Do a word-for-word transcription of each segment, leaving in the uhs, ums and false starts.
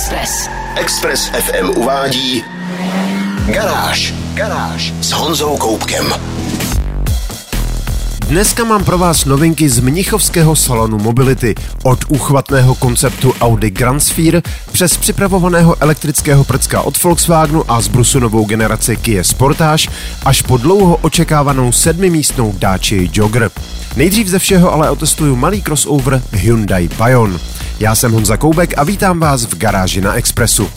Express. Express ef em uvádí Garáž. Garáž s Honzou Koubkem. Dneska mám pro vás novinky z mnichovského salonu Mobility. Od úchvatného konceptu Audi Grand Sphere přes připravovaného elektrického prcka od Volkswagenu a zbrusu novou generaci Kia Sportage až po dlouho očekávanou sedmimístnou Dacia Jogger. Nejdřív ze všeho ale otestuju malý crossover Hyundai Bayon. Já jsem Honza Koubek a vítám vás v Garáži na Expressu.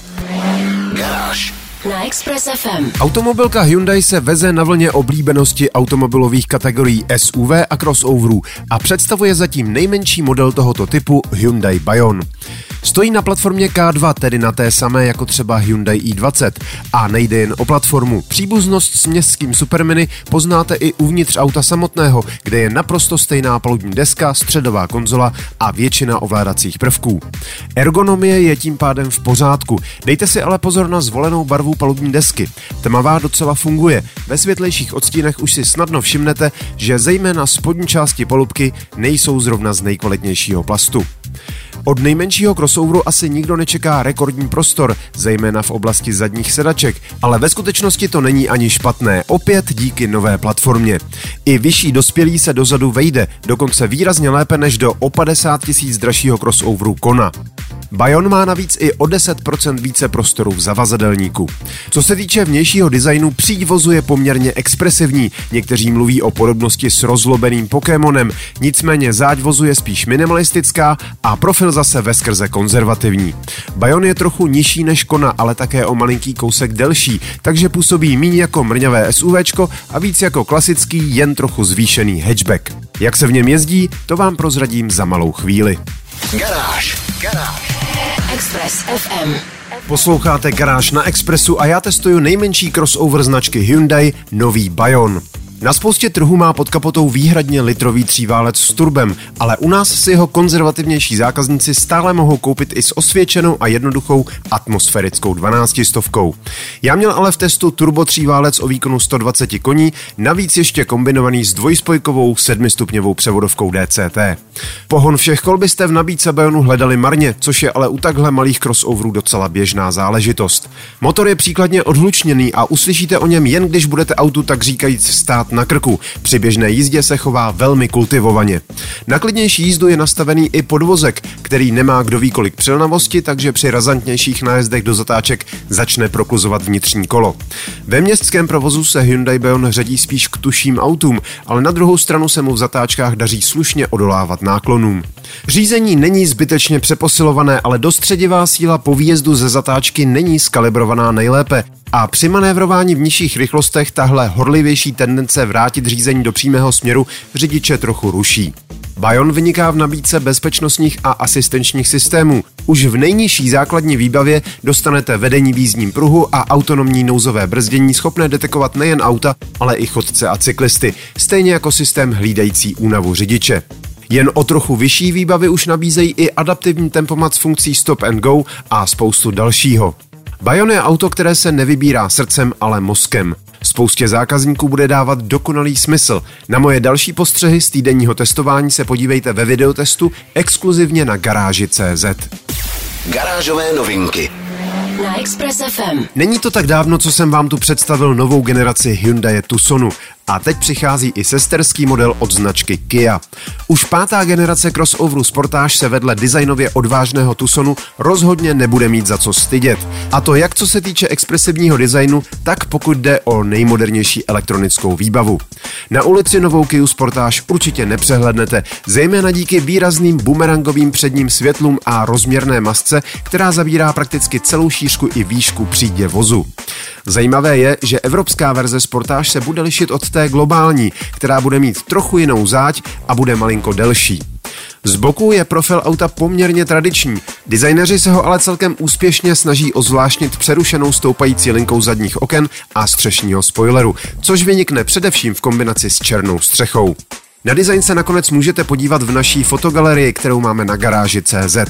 Garáž Na Express ef em. Automobilka Hyundai se veze na vlně oblíbenosti automobilových kategorií S U V a crossoverů a představuje zatím nejmenší model tohoto typu Hyundai Bayon. Stojí na platformě K dva, tedy na té samé jako třeba Hyundai i dvacet. A nejde jen o platformu. Příbuznost s městským supermini poznáte i uvnitř auta samotného, kde je naprosto stejná palubní deska, středová konzola a většina ovládacích prvků. Ergonomie je tím pádem v pořádku. Dejte si ale pozor na zvolenou barvu palubní desky. Tmavá docela funguje. Ve světlejších odstínech už si snadno všimnete, že zejména spodní části palubky nejsou zrovna z nejkvalitnějšího plastu. Od nejmenšího crossoveru asi nikdo nečeká rekordní prostor, zejména v oblasti zadních sedaček, ale ve skutečnosti to není ani špatné, opět díky nové platformě. I vyšší dospělý se dozadu vejde, dokonce výrazně lépe než do o padesát tisíc dražšího crossoveru Kona. Bayon má navíc i o deset procent více prostoru v zavazadelníku. Co se týče vnějšího designu, příď vozu je poměrně expresivní. Někteří mluví o podobnosti s rozlobeným Pokémonem, nicméně záď vozu je spíš minimalistická a profil zase veskrze konzervativní. Bayon je trochu nižší než Kona, ale také o malinký kousek delší, takže působí míň jako mrňavé SUVčko a víc jako klasický, jen trochu zvýšený hatchback. Jak se v něm jezdí, to vám prozradím za malou chvíli. Garáž. Garáž. Express ef em. Posloucháte Garáž na Expressu a já testuju nejmenší crossover značky Hyundai, nový Bayon. Na spoustě trhů má pod kapotou výhradně litrový tříválec s turbem, ale u nás si jeho konzervativnější zákazníci stále mohou koupit i s osvědčenou a jednoduchou atmosférickou dvanáctistovkou. Já měl ale v testu turbo tříválec o výkonu sto dvacet koní, navíc ještě kombinovaný s dvojspojkovou sedmistupňovou převodovkou D C T. Pohon všech kol byste v nabídce Bayonu hledali marně, což je ale u takhle malých crossoverů docela běžná záležitost. Motor je příkladně odhlučněný a uslyšíte o něm jen když budete autu tak říkajíc stát na krku. Při běžné jízdě se chová velmi kultivovaně. Na klidnější jízdu je nastavený i podvozek, který nemá kdo ví kolik přilnavosti, takže při razantnějších nájezdech do zatáček začne prokluzovat vnitřní kolo. Ve městském provozu se Hyundai Bayon řadí spíš k tuším autům, ale na druhou stranu se mu v zatáčkách daří slušně odolávat náklonům. Řízení není zbytečně přeposilované, ale dostředivá síla po výjezdu ze zatáčky není skalibrovaná nejlépe. A při manévrování v nižších rychlostech tahle horlivější tendence vrátit řízení do přímého směru řidiče trochu ruší. Bayon vyniká v nabídce bezpečnostních a asistenčních systémů. Už v nejnižší základní výbavě dostanete vedení v jízdním pruhu a autonomní nouzové brzdění schopné detekovat nejen auta, ale i chodce a cyklisty, stejně jako systém hlídající únavu řidiče. Jen o trochu vyšší výbavy už nabízejí i adaptivní tempomat s funkcí Stop and Go a spoustu dalšího. Bayon je auto, které se nevybírá srdcem, ale mozkem. Spoustě zákazníků bude dávat dokonalý smysl. Na moje další postřehy z týdenního testování se podívejte ve videotestu exkluzivně na garáži tečka cé zet. Garážové novinky. Na Express ef em. Není to tak dávno, co jsem vám tu představil novou generaci Hyundai Tucsonu. A teď přichází i sesterský model od značky Kia. Už pátá generace crossoveru Sportage se vedle designově odvážného Tucsonu rozhodně nebude mít za co stydět. A to jak co se týče expresivního designu, tak pokud jde o nejmodernější elektronickou výbavu. Na ulici novou Kiu Sportage určitě nepřehlednete, zejména díky výrazným bumerangovým předním světlům a rozměrné masce, která zabírá prakticky celou šířku i výšku přídě vozu. Zajímavé je, že evropská verze Sportage se bude lišit od té globální, která bude mít trochu jinou záď a bude malinko delší. Z boku je profil auta poměrně tradiční, designéři se ho ale celkem úspěšně snaží ozvláštnit přerušenou stoupající linkou zadních oken a střešního spoileru, což vynikne především v kombinaci s černou střechou. Na design se nakonec můžete podívat v naší fotogalerii, kterou máme na garáži tečka cé zet.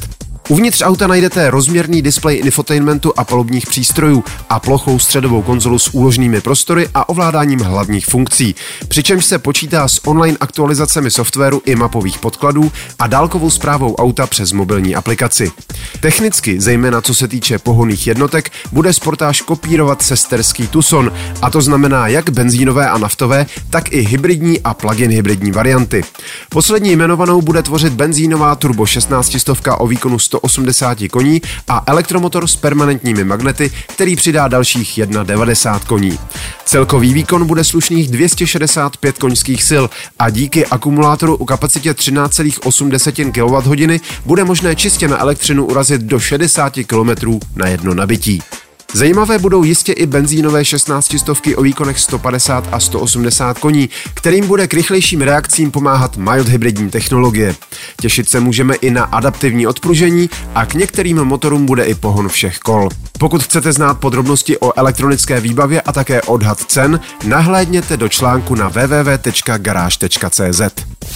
Uvnitř auta najdete rozměrný displej infotainmentu a palubních přístrojů a plochou středovou konzolu s úložnými prostory a ovládáním hlavních funkcí. Přičemž se počítá s online aktualizacemi softwaru i mapových podkladů a dálkovou správou auta přes mobilní aplikaci. Technicky, zejména co se týče pohonných jednotek, bude Sportage kopírovat sesterský Tucson, a to znamená jak benzínové a naftové, tak i hybridní a plug-in hybridní varianty. Poslední jmenovanou bude tvořit benzínová turbo šestnáctistovka o výkonu sto osmdesát koní a elektromotor s permanentními magnety, který přidá dalších devadesát jedna koní. Celkový výkon bude slušných dvě stě šedesát pět koňských sil a díky akumulátoru u kapacitě třináct celá osm kilowatthodin bude možné čistě na elektřinu urazit do šedesát kilometrů na jedno nabití. Zajímavé budou jistě i benzínové šestnáctistovky o výkonech sto padesát a sto osmdesát koní, kterým bude k rychlejším reakcím pomáhat mild hybridní technologie. Těšit se můžeme i na adaptivní odpružení a k některým motorům bude i pohon všech kol. Pokud chcete znát podrobnosti o elektronické výbavě a také odhad cen, nahlédněte do článku na w w w tečka garáž tečka c z.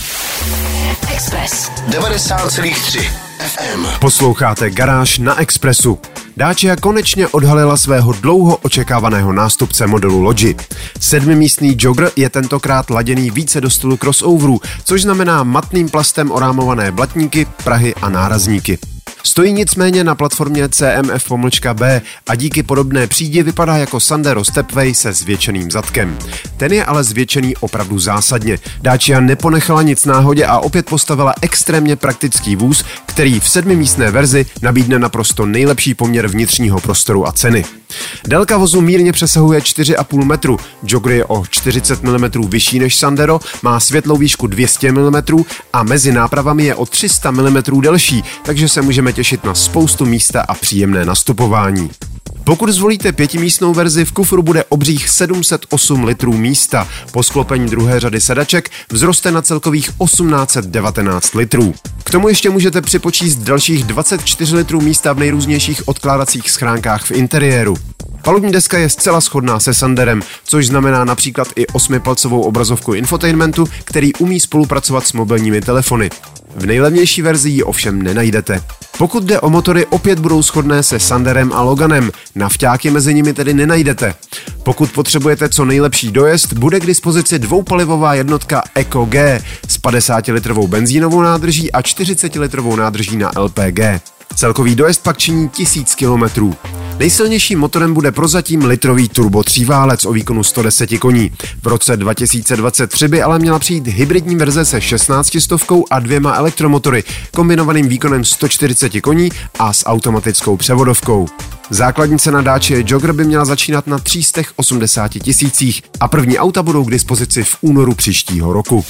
Express devadesát celá tři F M. Posloucháte Garáž na Expressu. Dacia konečně odhalila svého dlouho očekávaného nástupce modelu Logi. Sedmimístný Jogger je tentokrát laděný více do stylu crossoverů, což znamená matným plastem orámované blatníky, prahy a nárazníky. Stojí nicméně na platformě C M F-B a díky podobné přídi vypadá jako Sandero Stepway se zvětšeným zadkem. Ten je ale zvětšený opravdu zásadně. Dacia neponechala nic náhodě a opět postavila extrémně praktický vůz, který v sedmimístné verzi nabídne naprosto nejlepší poměr vnitřního prostoru a ceny. Délka vozu mírně přesahuje čtyři a půl metru, Jogger je o čtyřicet milimetrů vyšší než Sandero, má světlou výšku dvě stě milimetrů a mezi nápravami je o tři sta milimetrů delší, takže se můžeme těšit na spoustu místa a příjemné nastupování. Pokud zvolíte pětimístnou verzi, v kufru bude obřích sedm set osm litrů místa. Po sklopení druhé řady sedaček vzroste na celkových tisíc osm set devatenáct litrů. K tomu ještě můžete připočíst dalších dvacet čtyři litrů místa v nejrůznějších odkládacích schránkách v interiéru. Palubní deska je zcela shodná se Sanderem, což znamená například i osmipalcovou obrazovku infotainmentu, který umí spolupracovat s mobilními telefony. V nejlevnější verzi ji ovšem nenajdete. Pokud jde o motory, opět budou shodné se Sanderem a Loganem, nafťáky mezi nimi tedy nenajdete. Pokud potřebujete co nejlepší dojezd, bude k dispozici dvoupalivová jednotka Eco G s padesátilitrovou benzínovou nádrží a čtyřicetilitrovou nádrží na L P G. Celkový dojezd pak činí tisíc kilometrů. Nejsilnějším motorem bude prozatím litrový turbo tříválec o výkonu sto deset koní. V roce dva tisíce dvacet tři by ale měla přijít hybridní verze se šestnáctistovkou a dvěma elektromotory, kombinovaným výkonem sto čtyřicet koní a s automatickou převodovkou. Základní cena Dacia Jogger by měla začínat na tři sta osmdesát tisících a první auta budou k dispozici v únoru příštího roku.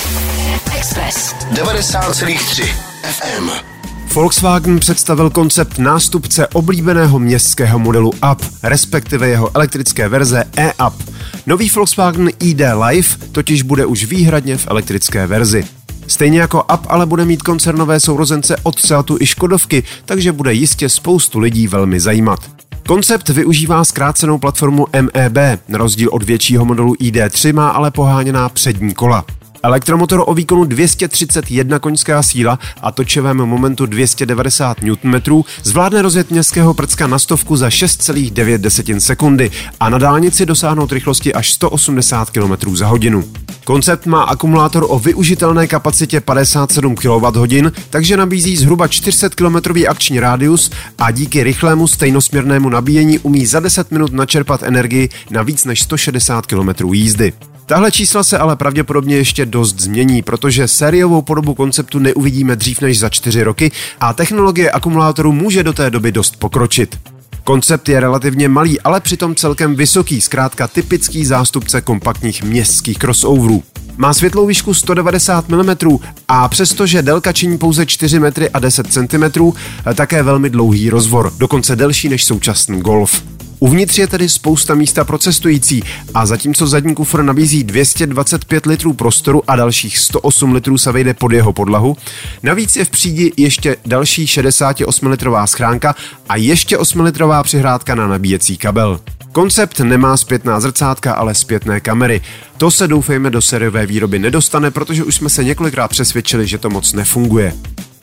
Express devadesát celá tři F M. Volkswagen představil koncept nástupce oblíbeného městského modelu Up, respektive jeho elektrické verze e-Up. Nový Volkswagen I D Live totiž bude už výhradně v elektrické verzi. Stejně jako Up ale bude mít koncernové sourozence od Seatu i Škodovky, takže bude jistě spoustu lidí velmi zajímat. Koncept využívá zkrácenou platformu M E B, na rozdíl od většího modelu I D tři má ale poháněná přední kola. Elektromotor o výkonu dvě stě třicet jedna koňská síla a točivém momentu dvě stě devadesát newtonmetrů zvládne rozjet městského prcka na stovku za šest celá devět sekundy a na dálnici dosáhnout rychlosti až sto osmdesát kilometrů za hodinu. Koncept má akumulátor o využitelné kapacitě padesát sedm kilowatthodin, takže nabízí zhruba čtyři sta kilometrový akční rádius a díky rychlému stejnosměrnému nabíjení umí za deset minut načerpat energii na víc než sto šedesát kilometrů jízdy. Tahle čísla se ale pravděpodobně ještě dost změní, protože sériovou podobu konceptu neuvidíme dřív než za čtyři roky a technologie akumulátoru může do té doby dost pokročit. Koncept je relativně malý, ale přitom celkem vysoký, zkrátka typický zástupce kompaktních městských crossoverů. Má světlou výšku sto devadesát milimetrů a přestože délka činí pouze čtyři metry a deset centimetrů, také velmi dlouhý rozvor, dokonce delší než současný Golf. Uvnitř je tedy spousta místa pro cestující a zatímco zadní kufr nabízí dvě stě dvacet pět litrů prostoru a dalších sto osm litrů se vejde pod jeho podlahu, navíc je v přídi ještě další šedesátiosmilitrová schránka a ještě osmilitrová přihrádka na nabíjecí kabel. Koncept nemá zpětná zrcátka, ale zpětné kamery. To se doufejme do sériové výroby nedostane, protože už jsme se několikrát přesvědčili, že to moc nefunguje.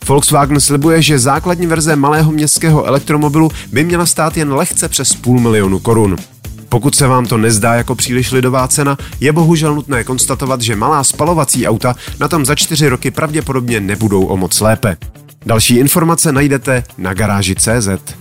Volkswagen slibuje, že základní verze malého městského elektromobilu by měla stát jen lehce přes půl milionu korun. Pokud se vám to nezdá jako příliš lidová cena, je bohužel nutné konstatovat, že malá spalovací auta na tom za čtyři roky pravděpodobně nebudou o moc lépe. Další informace najdete na garáži tečka cé zet.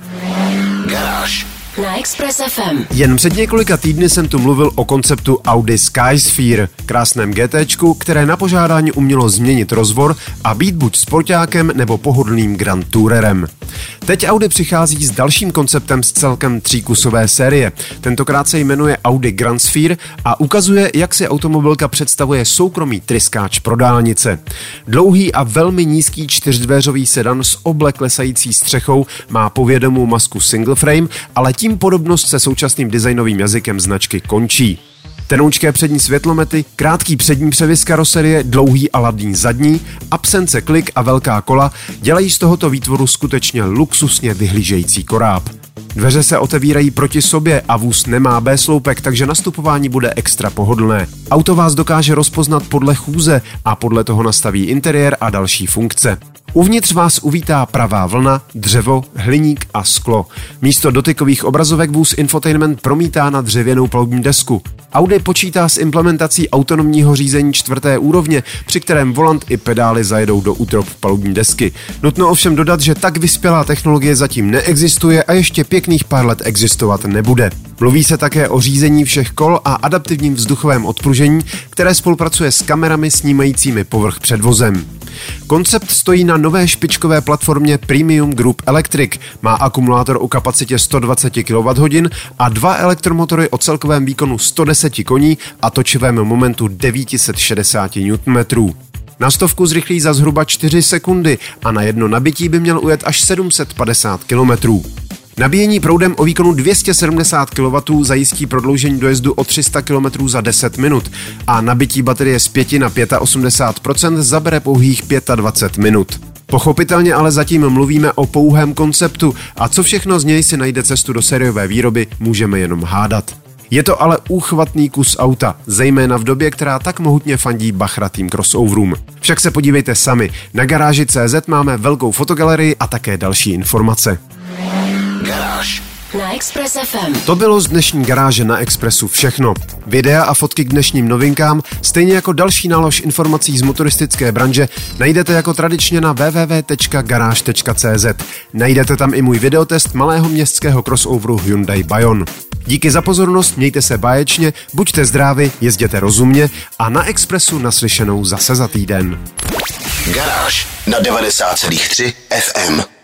Garáž na Express F M. Jen před několika týdny jsem tu mluvil o konceptu Audi Skysphere, krásném GTčku, které na požádání umělo změnit rozvor a být buď sportákem nebo pohodlným Grand Tourerem. Teď Audi přichází s dalším konceptem z celkem tříkusové série. Tentokrát se jmenuje Audi Grand Sphere a ukazuje, jak si automobilka představuje soukromý tryskáč pro dálnice. Dlouhý a velmi nízký čtyřdveřový sedan s oble klesající střechou má povědomou masku single frame, ale tím podobnost se současným designovým jazykem značky končí. Tenoučké přední světlomety, krátký přední převis karoserie, dlouhý a ladný zadní, absence klik a velká kola dělají z tohoto výtvoru skutečně luxusně vyhlížející koráb. Dveře se otevírají proti sobě a vůz nemá B-sloupek, takže nastupování bude extra pohodlné. Auto vás dokáže rozpoznat podle chůze a podle toho nastaví interiér a další funkce. Uvnitř vás uvítá pravá vlna, dřevo, hliník a sklo. Místo dotykových obrazovek vůz infotainment promítá na dřevěnou palubní desku. Audi počítá s implementací autonomního řízení čtvrté úrovně, při kterém volant i pedály zajedou do útrop palubní desky. Nutno ovšem dodat, že tak vyspělá technologie zatím neexistuje a ještě pěkných pár let existovat nebude. Mluví se také o řízení všech kol a adaptivním vzduchovém odpružení, které spolupracuje s kamerami snímajícími povrch před vozem. Koncept stojí na nové špičkové platformě Premium Group Electric, má akumulátor o kapacitě sto dvacet kilowatthodin a dva elektromotory o celkovém výkonu sto deset koní a točivém momentu devět set šedesát newtonmetrů. Na stovku zrychlí za zhruba čtyři sekundy a na jedno nabití by měl ujet až sedm set padesát kilometrů. Nabíjení proudem o výkonu dvě stě sedmdesát kilowattů zajistí prodloužení dojezdu o tři sta kilometrů za deset minut a nabití baterie z pěti na osmdesát pět procent zabere pouhých dvacet pět minut. Pochopitelně ale zatím mluvíme o pouhém konceptu a co všechno z něj si najde cestu do sériové výroby, můžeme jenom hádat. Je to ale úchvatný kus auta, zejména v době, která tak mohutně fandí bachratým crossoverům. Však se podívejte sami, na garáži tečka cé zet máme velkou fotogalerii a také další informace. Garáž na Express F M. To bylo z dnešní garáže na Expressu všechno. Videa a fotky k dnešním novinkám, stejně jako další nálož informací z motoristické branže, najdete jako tradičně na w w w tečka garáž tečka cé zet. Najdete tam i můj videotest malého městského crossoveru Hyundai Bayon. Díky za pozornost, mějte se báječně, buďte zdraví, jezděte rozumně a na Expressu naslyšenou zase za týden. Garáž na devadesát celá tři F M.